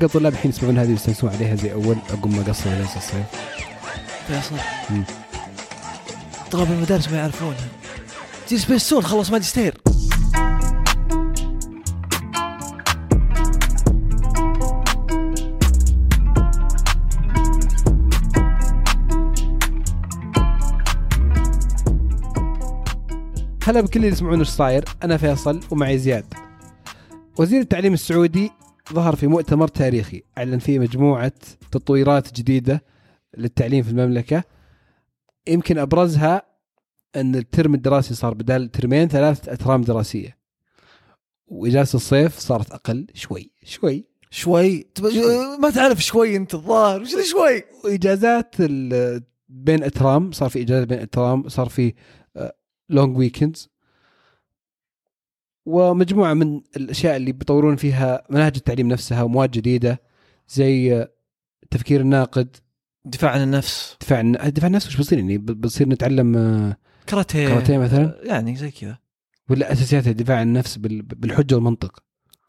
تلقى طلاب الحين يسمعون هذه ويستانسون عليها زي أول أقوم أقصر ليس الصيف فيصل. طلاب المدارس ما يعرفونها. جيل سبيستون خلص ماجستير. هلا بكل اللي يسمعون ايش صاير. أنا فيصل ومعي زياد. وزير التعليم السعودي ظهر في مؤتمر تاريخي أعلن فيه مجموعة تطويرات جديدة للتعليم في المملكة. يمكن أبرزها أن الترم الدراسي صار بدال ترمين 3 أترام دراسية، وإجازة الصيف صارت أقل شوي. ما تعرف شوي أنت الظاهر وش شوي. وإجازات بين أترام صار في إجازة بين أترام، صار في لونج ويكندز، ومجموعة من الأشياء اللي بيطورون فيها مناهج التعليم نفسها ومواد جديدة زي التفكير الناقد، دفاع عن النفس. دفاع عن النفس. وش بصير يعني بصير نتعلم كاراتيه مثلا، يعني زي كذا، ولا أساسيات الدفاع عن النفس بالحجة والمنطق.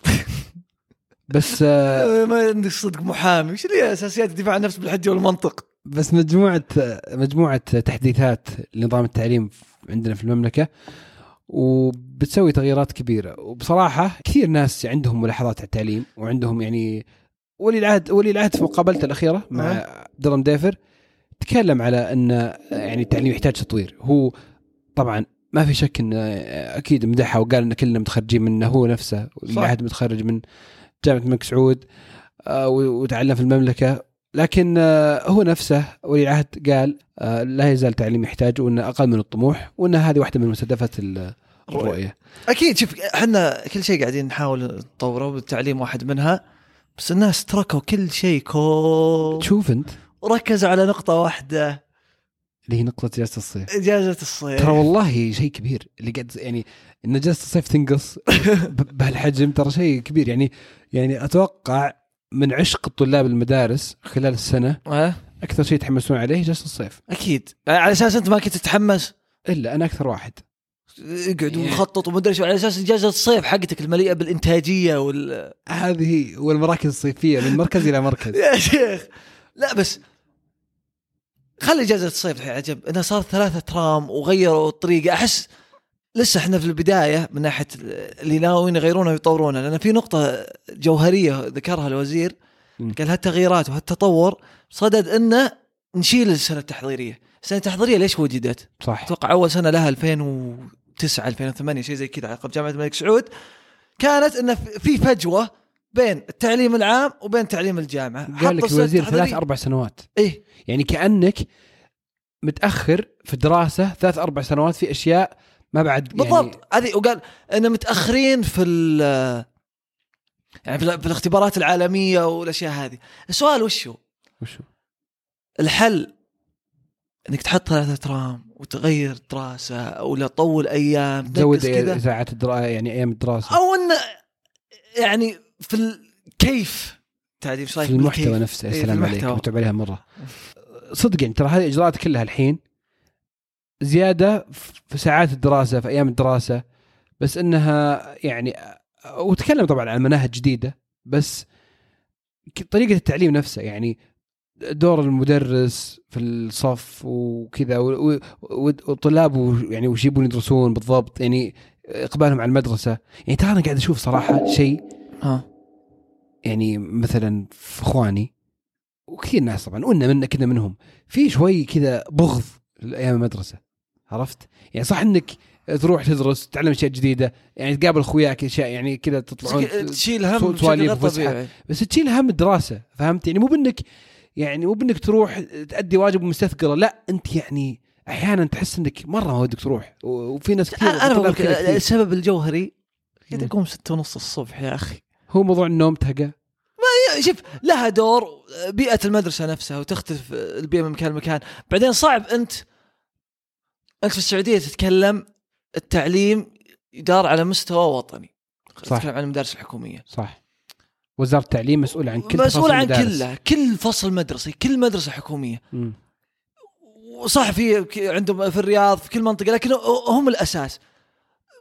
بس ما عندك صدق محامي، وش اللي أساسيات الدفاع عن النفس بالحجة والمنطق؟ بس مجموعة تحديثات لنظام التعليم عندنا في المملكة، وبتسوي تغييرات كبيرة. وبصراحة كثير ناس عندهم ملاحظات على التعليم، وعندهم يعني ولي العهد في مقابلته الأخيرة مع درم ديفر تكلم على أن يعني التعليم يحتاج تطوير. هو طبعا ما في شك أن أكيد مدحه وقال أن كلنا متخرجين منه، هو نفسه العهد متخرج من جامعة الملك سعود وتعلم في المملكة، لكن هو نفسه ولي العهد قال لا يزال التعليم يحتاج، وأن أقل من الطموح، وأن هذه واحدة من مستهدفات الرؤية. أكيد. شوف احنا كل شيء قاعدين نحاول نطوره، والتعليم واحد منها، بس الناس تركوا كل شيء شوف أنت وركزوا على نقطة واحدة اللي هي نقطة إجازة الصيف. ترى والله شيء كبير اللي قاعد يعني إن إجازة الصيف تنقص بهالحجم، ترى شيء كبير. يعني أتوقع من عشق الطلاب المدارس خلال السنة أكثر شيء يتحمسون عليه إجازة الصيف. أكيد. على أساس أنت ما كنت تتحمس؟ إلا أنا أكثر واحد يقعد ويخطط ومدرس على أساس إجازة الصيف حقتك المليئة بالإنتاجية هذه والمراكز الصيفية من مركز إلى مركز. يا شيخ لا، بس خلي إجازة الصيف الحين عجب أنها صارت 3 ترام وغيروا الطريقة. أحس لسه إحنا في البداية من ناحية اللي ناويين يغيرونها ويطورونها، لأن في نقطة جوهرية ذكرها الوزير، قال هالتغييرات وهالتطور صدد أنه نشيل السنة التحضيرية. السنة التحضيرية ليش وجدت؟ صح. أتوقع أول سنة لها 2009 2008 شيء زي كذا عقب جامعة الملك سعود، كانت إنه في فجوة بين التعليم العام وبين تعليم الجامعة. قال لك الوزير 3-4 سنوات. إيه يعني كأنك متأخر في الدراسة 3-4 سنوات في أشياء ما بعد بالضبط يعني. هذه وقال إنه متأخرين في يعني في الاختبارات العالمية والأشياء هذه. السؤال وشو الحل؟ انك تحط 3 ترام وتغير دراسة، ولا تطول ايام تزود ساعات الدراسة، يعني ايام الدراسة، او ان يعني في كيف تعديل في المحتوى نفسه. السلام عليك متعب عليها مرة صدق. يعني ترى هذه الاجراءات كلها الحين زيادة في ساعات الدراسة في ايام الدراسة، بس انها يعني وتكلم طبعا عن مناهج جديدة، بس طريقة التعليم نفسها يعني دور المدرس في الصف وكذا، والطلاب يعني وش يبون يدرسون بالضبط، يعني إقبالهم على المدرسة. يعني ترى أنا قاعد أشوف صراحة شيء يعني مثلا في إخواني وكثير ناس طبعا كنا منهم في شوي كذا بغض لأيام المدرسة. عرفت يعني صح إنك تروح تدرس تتعلم أشياء جديدة، يعني تقابل أخوياك أشياء يعني كذا تطلعون تشيل هم طبيعي، بس تشيل هم الدراسة. فهمت يعني مو بأنك تروح تأدي واجب مستثقلة، لا أنت يعني أحيانا تحس أنك مرة ما ودك تروح. وفي ناس كثير أنا السبب الجوهري كده أقوم 6:30 الصبح يا أخي. هو موضوع النوم تهجى. شوف لها دور بيئة المدرسة نفسها، وتختلف البيئة من مكان لمكان. بعدين صعب أنت في السعودية تتكلم التعليم يدار على مستوى وطني. تتكلم عن المدارس الحكومية. صح. وزارة التعليم مسؤول عن كل فصل مدرسي، كل مدرسة حكومية. وصح في عندهم في الرياض في كل منطقة، لكن هم الأساس.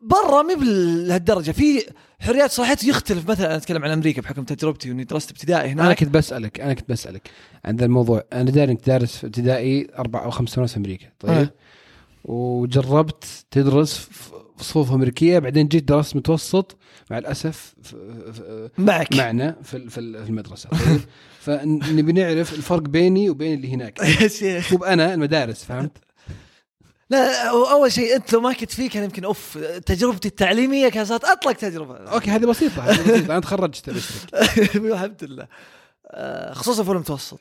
برا مي بهالدرجه، في حريات صلاحية يختلف. مثلا انا اتكلم عن امريكا بحكم تجربتي واني درست ابتدائي هناك. انا كنت بسالك عن الموضوع. انا داري انك دارس في ابتدائي 4 أو 5 سنوات في امريكا، طيب وجربت تدرس في صفوف امريكيه، بعدين جيت درست متوسط مع الاسف معنا في المدرسه. طيب فنبي نعرف الفرق بيني وبين اللي هناك. مو انا المدارس، فهمت؟ لا اول شيء انت لو ما كنت فيه كان يمكن تجربتي التعليميه كانت اطلق تجربه. اوكي هذه بسيطه انا تخرجت الحمد لله، خصوصا في المتوسط.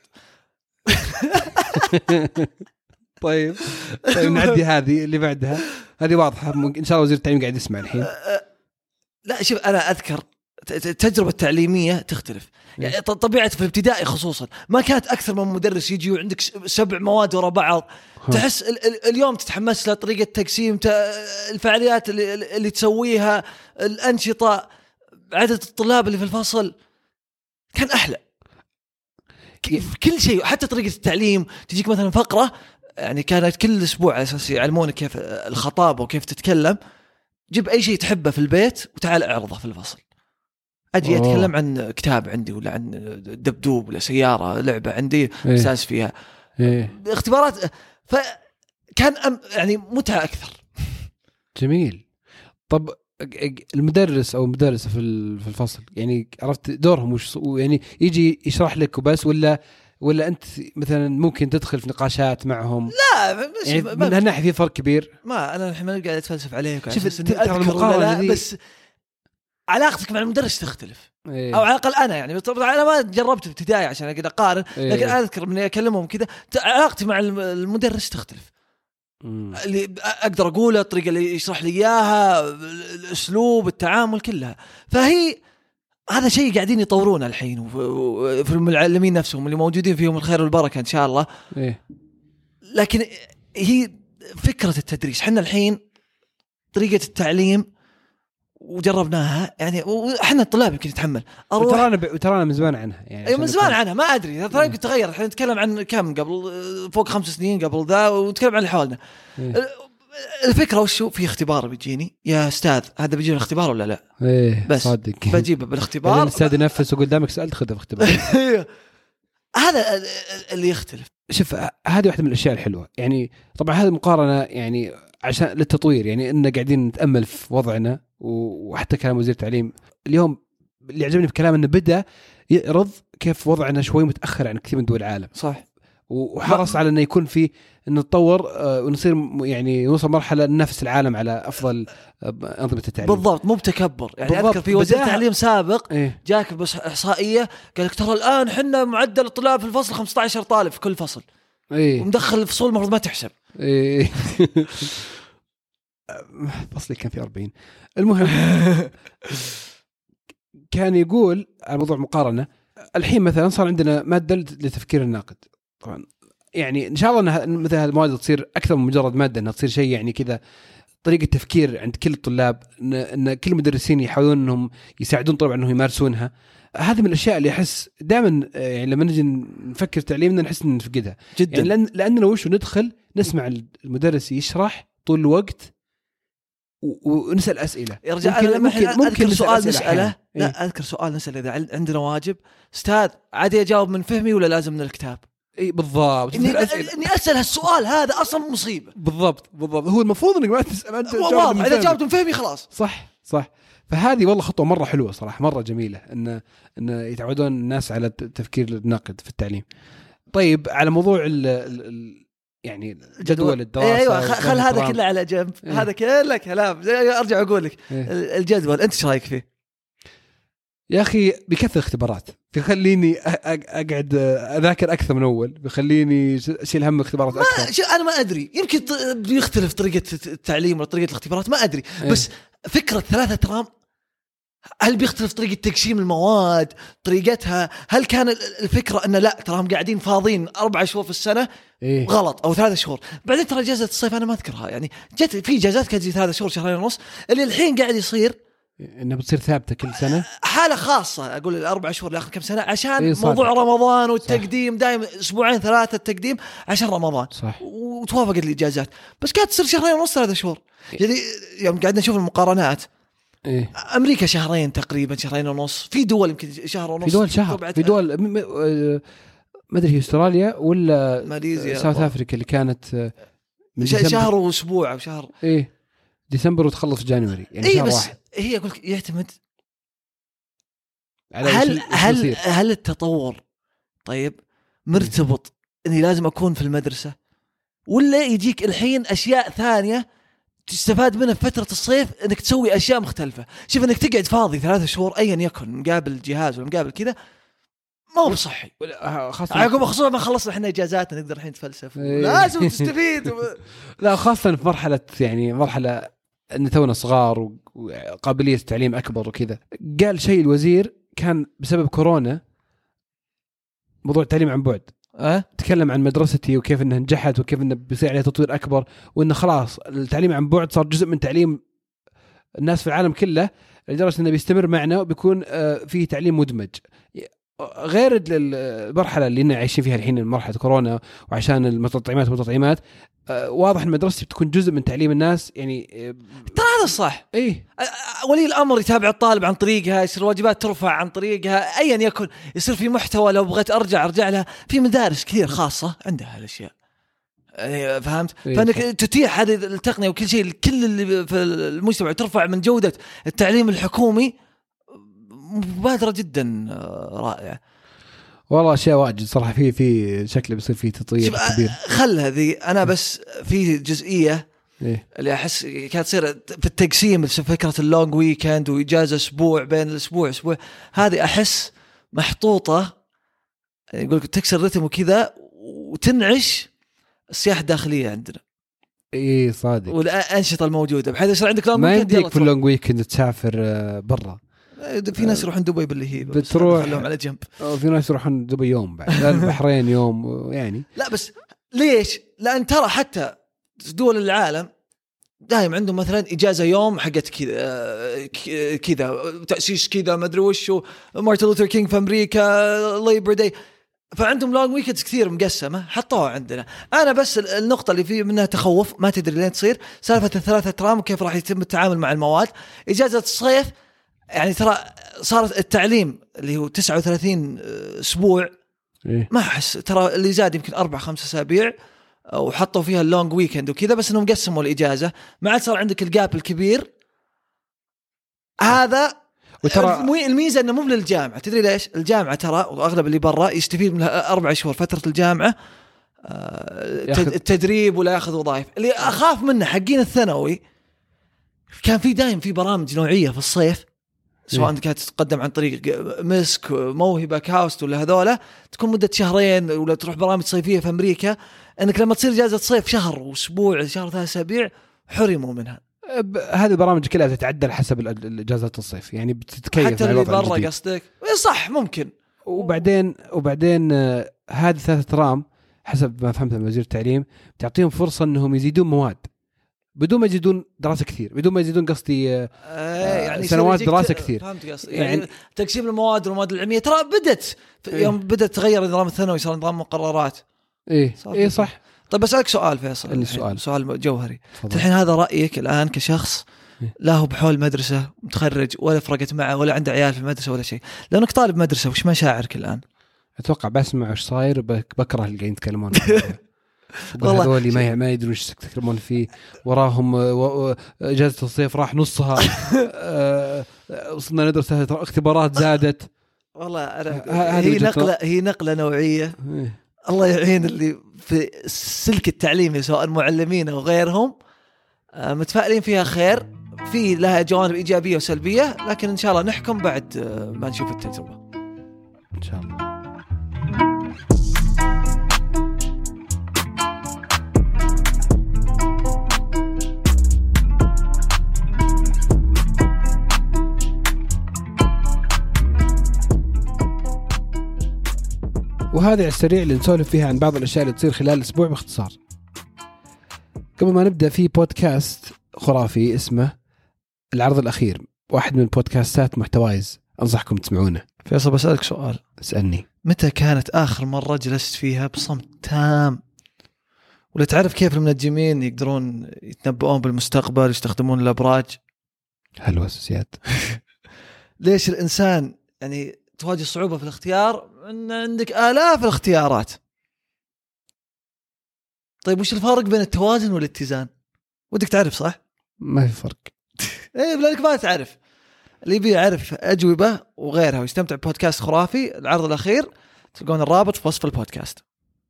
طيب نعدي هذه اللي بعدها، هذه واضحه ان شاء الله وزير التعليم قاعد يسمع الحين. لا شوف انا اذكر التجربه التعليميه تختلف يعني. طبيعه في الابتدائي خصوصا ما كانت اكثر من مدرس يجي وعندك 7 مواد ورا بعض. تحس اليوم تتحمس له، طريقه تقسيم الفعاليات اللي تسويها، الانشطه، عدد الطلاب اللي في الفصل كان احلى في كل شيء. حتى طريقه التعليم تجيك مثلا فقره يعني كانت كل اسبوع على اساس يعلمونك كيف الخطابه وكيف تتكلم. جيب اي شيء تحبه في البيت وتعال اعرضه في الفصل. اجي اتكلم عن كتاب عندي ولا عن دبدوب ولا سياره لعبه عندي اساس فيها اختبارات. فكان يعني متعه اكثر. جميل. طب المدرس او المدرسه في الفصل يعني عرفت دورهم وش يعني يجي يشرح لك وبس، ولا انت مثلا ممكن تدخل في نقاشات معهم؟ لا بس يعني من هالناحيه في فرق كبير. ما انا الحين قاعد اتفلسف عليك. شوف المقارنه بس علاقتك مع المدرس تختلف. او على الاقل انا يعني طبعا انا ما جربت ابتدائي عشان اقدر اقارن، لكن اذكر اني اكلمهم كذا علاقتي مع المدرس تختلف. اللي اقدر اقوله، الطريقه اللي يشرح لي اياها، الاسلوب، التعامل كلها. فهي هذا شيء قاعدين يطورونه الحين، وفي المعلمين نفسهم اللي موجودين فيهم الخير والبركه ان شاء الله. لكن هي فكره التدريس، حنا الحين طريقه التعليم وجربناها يعني، وإحنا الطلاب يمكن نتحمل. وترانا من زمان عنها يعني. من زمان عنها ما أدري ترى يمكن تغير. إحنا نتكلم عن كم قبل فوق 5 سنين قبل ذا، ونتكلم عن اللي حولنا. الفكرة وشو؟ في اختبار بيجيني يا أستاذ، هذا بيجيني الاختبار ولا لا؟ بس صادق بجيبه بالاختبار. الأستاذ ينفس وقدامك سؤال تاخذه في اختبار. هذا اللي يختلف. شوف هذه واحدة من الأشياء الحلوة يعني. طبعا هذه مقارنة يعني عشان للتطوير، يعني إننا قاعدين نتأمل في وضعنا. وحتى كلام وزير التعليم اليوم اللي عجبني في كلام إنه بدأ يعرض كيف وضعنا شوي متأخر عن كثير من دول العالم. صح. وحرص على إنه يكون في إنه نتطور ونصير يعني نوصل مرحلة ننافس العالم على أفضل أنظمة التعليم. بالضبط، مو بتكبر يعني. أذكر في وزير تعليم سابق جاك بس إحصائية قال لك ترى الآن حنا معدل الطلاب في الفصل 15 طالب في كل فصل. ومدخل الفصول المفروض ما تحسب. فصلي كان في 40. المهم كان يقول على موضوع مقارنة. الحين مثلا صار عندنا مادة لتفكير الناقد. طبعا يعني إن شاء الله أن مثل هذه المواد تصير أكثر من مجرد مادة، أنها تصير شيء يعني كذا طريقة تفكير عند كل الطلاب، أن كل المدرسين يحاولون أنهم يساعدون طبعا أنهم يمارسونها. هذه من الأشياء اللي أحس دائما يعني لما نجي نفكر تعليمنا نحس إن نفقدها جدا. يعني لأننا وش ندخل نسمع المدرس يشرح طول الوقت ونسأل أسئلة. يرجع أنا ممكن سؤال نسأله. لا أذكر سؤال نسأله إذا عندنا واجب أستاذ عادي أجاوب من فهمي ولا لازم من الكتاب؟ اي بالضبط. اني اسال هالسؤال هذا اصلا مصيبه. بالضبط هو المفروض انك ما تسال انت اذا جاوبت من فهمي خلاص. صح. فهذه والله خطوه مره حلوه صراحه، مره جميله ان يتعودون الناس على التفكير الناقد في التعليم. طيب على موضوع يعني جدول الدراسه. ايوه خل هذا كله على جنب. هذا كله كلام. ارجع اقول لك الجدول انت ايش رايك فيه؟ يا أخي بيكثر اختبارات، بيخليني أقعد أذاكر أكثر من أول، بيخليني أشيل هم اختبارات أكثر. أنا ما أدري، يمكن بيختلف طريقة التعليم ولا طريقة الاختبارات، ما أدري. بس فكرة 3 ترام، هل بيختلف طريقة تقسيم المواد طريقتها؟ هل كان الفكرة أن لا تراهم قاعدين فاضين 4 شهور في السنة غلط، أو 3 شهور؟ بعدين ترى إجازة الصيف أنا ما أذكرها يعني، جت في إجازات كانت 3 شهور 2.5 شهر اللي الحين قاعد يصير انها بتصير ثابته كل سنه، حاله خاصه اقول الاربع شهور لاخر كم سنه عشان موضوع رمضان والتقديم دائما اسبوعين ثلاثه التقديم عشان رمضان صح. وتوافقت الاجازات، بس كانت تصير شهرين ونص 3 شهور. يعني يوم قاعدين نشوف المقارنات إيه؟ امريكا شهرين تقريبا، شهرين ونص، في دول يمكن شهر ونص، في دول شهر، في دول ما ادري هي استراليا ولا ماليزيا ساوث افريكا اللي كانت من شهر واسبوع او شهر ايه ديسمبر وتخلص جانوري، يعني إيه شهر بس واحد. هي اقول لك يعتمد على هل التطور طيب مرتبط اني لازم اكون في المدرسه، ولا يجيك الحين اشياء ثانيه تستفاد منها في فتره الصيف انك تسوي اشياء مختلفه. شوف انك تقعد فاضي 3 شهور ايا يكن مقابل جهاز ولا مقابل كذا ما هو صحي، خاصه خصوصا ما خلصنا احنا اجازاتنا نقدر الحين نتفلسف لازم تستفيد لا خاصه في مرحله يعني مرحله ان تونا صغار وقابليه التعليم اكبر وكذا. قال شيء الوزير كان بسبب كورونا موضوع التعليم عن بعد، تكلم عن مدرستي وكيف انها نجحت وكيف انه بيصير عليها تطوير اكبر، وانه خلاص التعليم عن بعد صار جزء من تعليم الناس في العالم كله لدرجه انه بيستمر معنا وبيكون فيه تعليم مدمج، غير المرحله اللي عايشين فيها الحين مرحله كورونا وعشان المتطعمات واضح ان مدرستي بتكون جزء من تعليم الناس. يعني ترى هذا الصح. ايه ولي الامر يتابع الطالب عن طريقها، يصير واجبات ترفع عن طريقها ايا يكن، يصير في محتوى لو بغيت ارجع لها. في مدارس كثير خاصه عندها هالاشياء، فهمت؟ إيه فانك تتيح هذه التقنيه وكل شيء، كل اللي في المجتمع ترفع من جوده التعليم الحكومي، مبادره جدا رائعه والله. اشياء واجد صراحه في شكله بيصير فيه تطوير كبير. خل هذه انا بس في جزئيه إيه؟ اللي احس كانت تصير في التقسيم، فكره اللونج ويكند واجازه اسبوع بين الاسبوع اسبوع، هذه احس محطوطه يقول لك تكسر رتم وكذا وتنعش السياحه الداخليه عندنا. ايه صادق. والانشطه الموجوده بحيث يصير عندك ما يمديك في اللونج ويكند تسافر برا. في ناس يروحون دبي باللي هي بتروح خلوهم على جنب، في ناس يروحون دبي يوم بعد البحرين يوم يعني. لا بس ليش؟ لأن ترى حتى دول العالم دائما عندهم مثلا إجازة يوم حقت كذا تأسيس كذا ما أدري وش، مارتن لوثر كينج في أمريكا، ليبر داي، فعندهم لونج ويكندز كثير مقسمة حطوها عندنا. أنا بس النقطة اللي فيه منها تخوف، ما تدري لين تصير سالفة 3 ترام وكيف راح يتم التعامل مع المواد. إجازة الصيف يعني ترى صارت التعليم اللي هو 39 أسبوع إيه؟ ما أحس ترى اللي زاد يمكن 4-5 أسابيع وحطوا فيها اللونج ويكند وكذا، بس إنهم قسموا الإجازة، ما عاد صار عندك الجاب الكبير هذا. وترى الميزة إنه مو للجامعة، تدري ليش؟ الجامعة ترى وأغلب اللي برا يستفيد من 4 شهور فترة الجامعة التدريب ولا ياخذ وظائف. اللي أخاف منه حقين الثانوي كان في دايم في برامج نوعية في الصيف، سواء كانت تقدم عن طريق مسك موهبة كاوست ولا هذولا، تكون مدة 2 شهر، ولا تروح برامج صيفية في أمريكا، أنك لما تصير جازة صيف شهر وأسبوع شهر 3 أسابيع حرموا منها. هذه البرامج كلها تتعدل حسب الإجازة الصيف، يعني بتتكيف حتى اللي برا قصدك صح ممكن. وبعدين هذه 3 ترام حسب ما فهمت من وزير التعليم تعطيهم فرصة أنهم يزيدون مواد بدون ما يزيدون دراسة كثير، بدون ما يزيدون قصدي يعني سنوات دراسة كثير. فهمت قصدي يعني تقسيم المواد والمواد العلمية ترى بدت يوم بدت تغير نظام الثانوي صار نظام مقررات. إيه صح. طيب بسألك سؤال فيصل، سؤال جوهري. الحين هذا رأيك الآن كشخص لا هو بحول مدرسة متخرج ولا فرقت معه ولا عنده عيال في المدرسة ولا شيء، لأنك طالب مدرسة، وش مشاعرك الآن؟ أتوقع بسمع وش صاير بكره اللي قاعدين يتكلمون والله هذول ما يدرون ايش يتكلمون فيه. وراهم اجازه الصيف راح نصها وصلنا ندرس اختبارات زادت. والله هي نقله نوعيه. الله يعين اللي في السلك التعليمي سواء المعلمين او غيرهم، متفائلين فيها خير، في لها جوانب ايجابيه وسلبيه، لكن ان شاء الله نحكم بعد ما نشوف التجربه ان شاء الله. وهذا السريع اللي نسولف فيها عن بعض الأشياء اللي تصير خلال الأسبوع باختصار. قبل ما نبدأ في بودكاست خرافي اسمه العرض الأخير، واحد من البودكاستات محتوايز، أنصحكم تسمعونه. فيصل بسألك سؤال. اسألني. متى كانت آخر مرة جلست فيها بصمت تام ولا تعرف كيف المنجمين يقدرون يتنبؤون بالمستقبل يستخدمون الأبراج؟ هلوة زياد. ليش الإنسان يعني تواجه صعوبة في الاختيار إن عندك آلاف الاختيارات؟ طيب وش الفرق بين التوازن والاتزان؟ ودك تعرف صح؟ ما في فرق. إيه بلانك ما تعرف. اللي يبي يعرف أجوبة وغيرها ويستمتع ببودكاست خرافي، العرض الأخير تلقون الرابط في وصف البودكاست.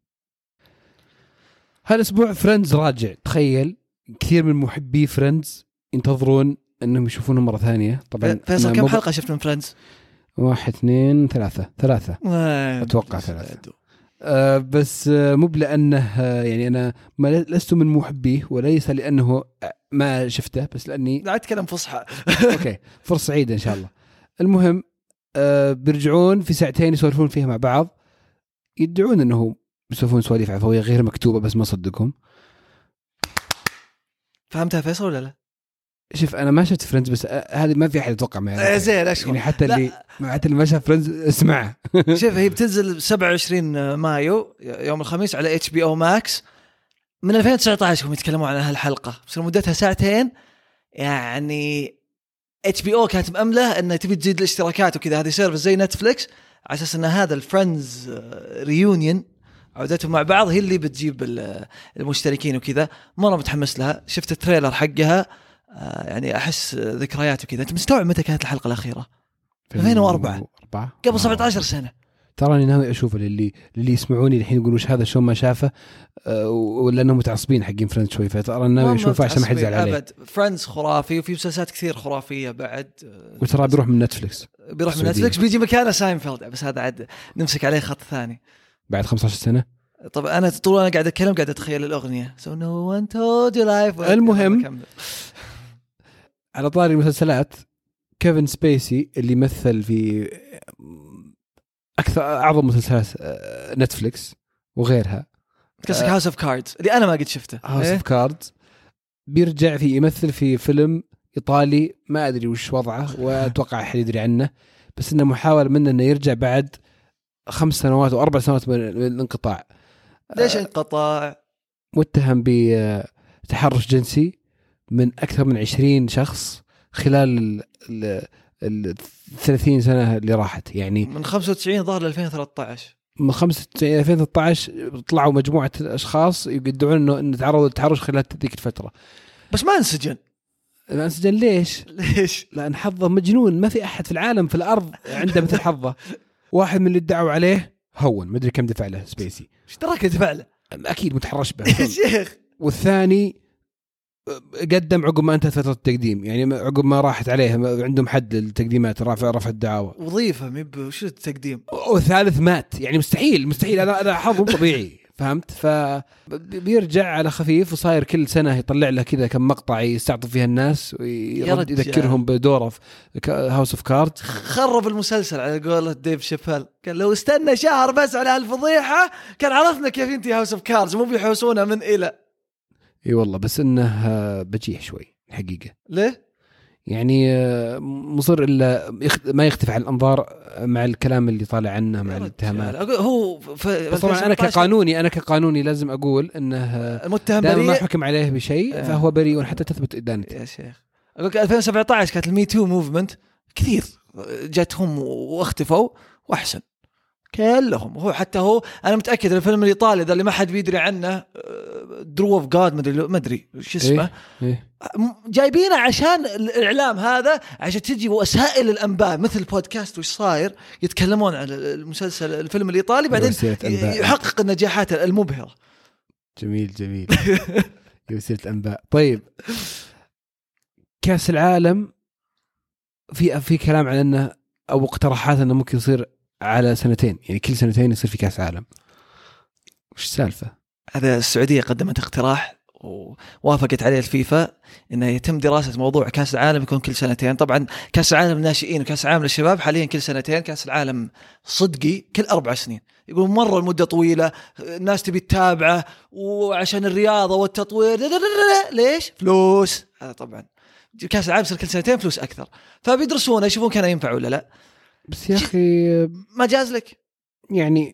هالأسبوع فريندز راجع. تخيل كثير من محبي فريندز ينتظرون أنهم يشوفونه مرة ثانية. طبعا فيصل كم حلقة شفت من فريندز؟ 1 2 3 أتوقع 3. بس مو لأنه يعني أنا ما لست من محبيه، وليس لأنه ما شفته، بس لأني لا أتكلم فصحى. أوكي فرصة سعيدة إن شاء الله. المهم بيرجعون في ساعتين يسولفون فيها مع بعض، يدعون أنه يسولفون سواليف عفوية غير مكتوبة، بس ما صدقهم. فهمتها فيصل ولا لا؟ شوف أنا ما شفت فريندز، بس هذه ما في أحد يتوقع معي. زين أشكر. يعني حتى اللي ما شاف فريندز اسمعه. شوف هي بتنزل 27 مايو يوم الخميس على HBO Max. من 2019 هم يتكلمون عن هالحلقة، بس مدتها ساعتين. يعني HBO كانت مأملة أنها تبي تزيد الاشتراكات وكذا، هذه سيرفيس زي نتفليكس، على أساس أن هذا الفريندز ريونيون عودتهم مع بعض هي اللي بتجيب المشتركين وكذا. مرة متحمس لها. شفت التريلر حقها، يعني أحس ذكريات وكذا. أنت مستوعب متى كانت الحلقة الأخيرة؟ 2004 قبل 17 سنة. تراني ناوي أشوفه. اللي يسمعوني الحين يقولوا وش هذا الشو ما شافه، ولا أنهم متعصبين حقين فريندز شوي، فترى ناوي أشوفه عشان ما حد يزعل عليه. فريندز خرافي وفي مسلسلات كثير خرافية بعد. وترى بيروح من نتفليكس. بيجي مكانه ساينفيلد، بس هذا عاد نمسك عليه خط ثاني بعد 15 سنة. طب أنا طول أنا قاعد أتكلم قاعد أتخيل الأغنية So no one told you life. المهم على طاري المسلسلات، كيفن سبيسي اللي مثل في أعظم مسلسلات نتفليكس وغيرها، قصدك هاوس اوف كاردز اللي أنا ما قد شفته. هاوس اوف كاردز بيرجع في يمثل في فيلم إيطالي ما أدري وش وضعه، وأتوقع أحد يدري عنه، بس إنه محاولة منه إنه يرجع بعد 5 سنوات أو 4 سنوات من الانقطاع. ليش انقطاع؟ متهم بتحرش جنسي من أكثر من 20 شخص خلال ال 30 سنة اللي راحت، يعني من 95 ظهر ل 2013. من 95 2013 طلعوا مجموعة أشخاص يدعون إنه تعرضوا للتحرش خلال ذيك الفترة. بس ما انسجن. ليش؟ لأن حظه مجنون، ما في أحد في العالم في الأرض عنده مثل حظه. واحد من اللي ادعوا عليه هون ما أدري كم دفع له سبيسي. ايش تراك دفع له؟ أكيد متحرش به. يا شيخ. والثاني قدم عقب ما انتهت فترة التقديم، يعني عقب ما راحت عليه، عندهم حد للتقديمات، رفع الدعاوى. وظيفة مب وش التقديم. والثالث مات، يعني مستحيل هذا حظ طبيعي. فهمت؟ فبيرجع على خفيف، وصاير كل سنة يطلع له كذا كم مقطع يستعطف فيها الناس ويذكرهم بدوره في هاوس اوف كارد. خرب المسلسل على قولة ديف شابيل، قال لو استنى شهر بس على هالفضيحة كان عرفنا كيف ينتهي هاوس اوف كاردز، مو بيحوسونه من إلى. اي والله، بس انه بجيح شوي الحقيقة. ليه؟ يعني مصر إلا ما يختفي عن الأنظار مع الكلام اللي طالع عنه مع الاتهامات. هو طبعا أنا كقانوني لازم أقول إنه المتهم بريء، ما حكم عليه بشيء فهو بريء حتى تثبت إدانته. يا شيخ أقولك 2017 كانت المي تو موفمنت كثير جاتهم واختفوا وأحسن كلهم. هو حتى هو أنا متأكد الفيلم الإيطالي ذا اللي ما حد بيدري عنه درو اوف جاد ما أدري شو اسمه. إيه؟ جايبينه عشان الإعلام هذا، عشان تجي وسائل الأنباء مثل بودكاست وش صاير يتكلمون عن المسلسل الفيلم الإيطالي، بعدين يحقق النجاحات المبهرة. جميل وسيلة أنباء. طيب كأس العالم في كلام عن أنه أو اقتراحات أنه ممكن يصير على سنتين، يعني كل سنتين يصير في كأس عالم. وش السالفة؟ هذا السعودية قدمت اقتراح ووافقت عليه الفيفا انه يتم دراسة موضوع كأس العالم يكون كل سنتين. طبعا كأس العالم الناشئين وكأس العالم للشباب حاليا كل سنتين، كأس العالم صدقي كل 4 سنين. يقول مرة المدة طويلة، الناس تبي تتابعه وعشان الرياضة والتطوير. ليش؟ فلوس. هذا طبعا كاس العالم كل سنتين فلوس اكثر، فبيدرسونه يشوفون كان ينفع ولا لا. بس يا اخي ما جاز لك يعني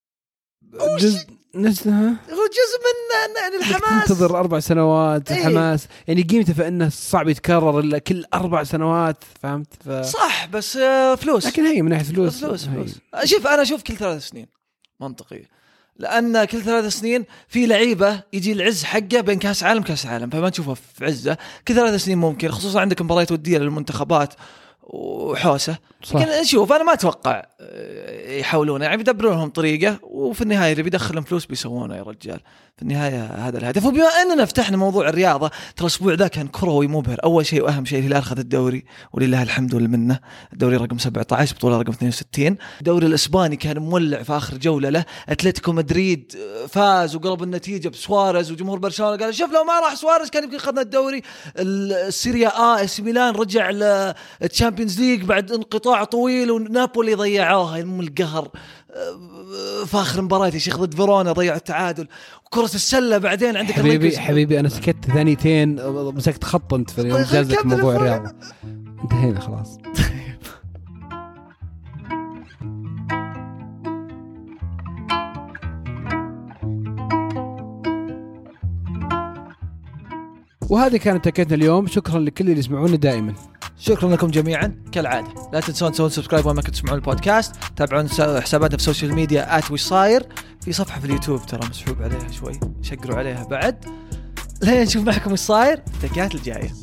نزلها هو جزء من الحماس. تنتظر 4 سنوات الحماس يعني قيمته فإنه صعب يتكرر إلا كل 4 سنوات، فهمت؟ صح بس فلوس، لكن هي من ناحية فلوس. شوف أنا أشوف كل 3 سنين منطقي، لأن كل 3 سنين في لعيبة يجي العز حقه بين كاس عالم كاس عالم، فما تشوفه في عزه. كل 3 سنين ممكن، خصوصا عندك مباريات ودية للمنتخبات وحوسه. لكن شوف أنا ما أتوقع يحاولون، يعني بيدبرون لهم طريقة، وفي النهاية اللي بيدخلهم فلوس بيسوونه يا رجال. في النهاية هذا الهدف. وبما أننا فتحنا موضوع الرياضة، ترى الأسبوع ذا كان كروي مبهر. أول شيء وأهم شيء الهلال أخذ الدوري ولله الحمد والمنة، الدوري رقم 17 بطولة رقم 62. الدوري الإسباني كان مولع في آخر جولة له، أتلتيكو مدريد فاز وقلب النتيجة بسواريز، وجمهور برشلونة قال شوف لو ما راح سواريز كان يمكن أخذنا الدوري. السيريا اس ميلان رجع للتشامبيونز ليج بعد انقطاع طويل، ونابولي ضيعوها يم القهر في آخر مباراة يا شيخ ضد فيرونا، ضيع التعادل. وكرة السلة بعدين عندك حبيبي أنا سكت ثانيتين، مسكت خط أنت في جازك موضوع الرياضة. انتهينا خلاص. وهذه كانت تكتنا اليوم. شكرا لكل اللي يسمعونا دائما. شكرا لكم جميعا كالعادة. لا تنسون تسوون سبسكرايب وما كنتوا تسمعون البودكاست. تابعون حساباتنا في السوشيال ميديا @وصاير. في صفحة في اليوتيوب ترى مسحوب عليها شوي، شقروا عليها بعد. لين نشوف معكم وش صاير التكات الجاية.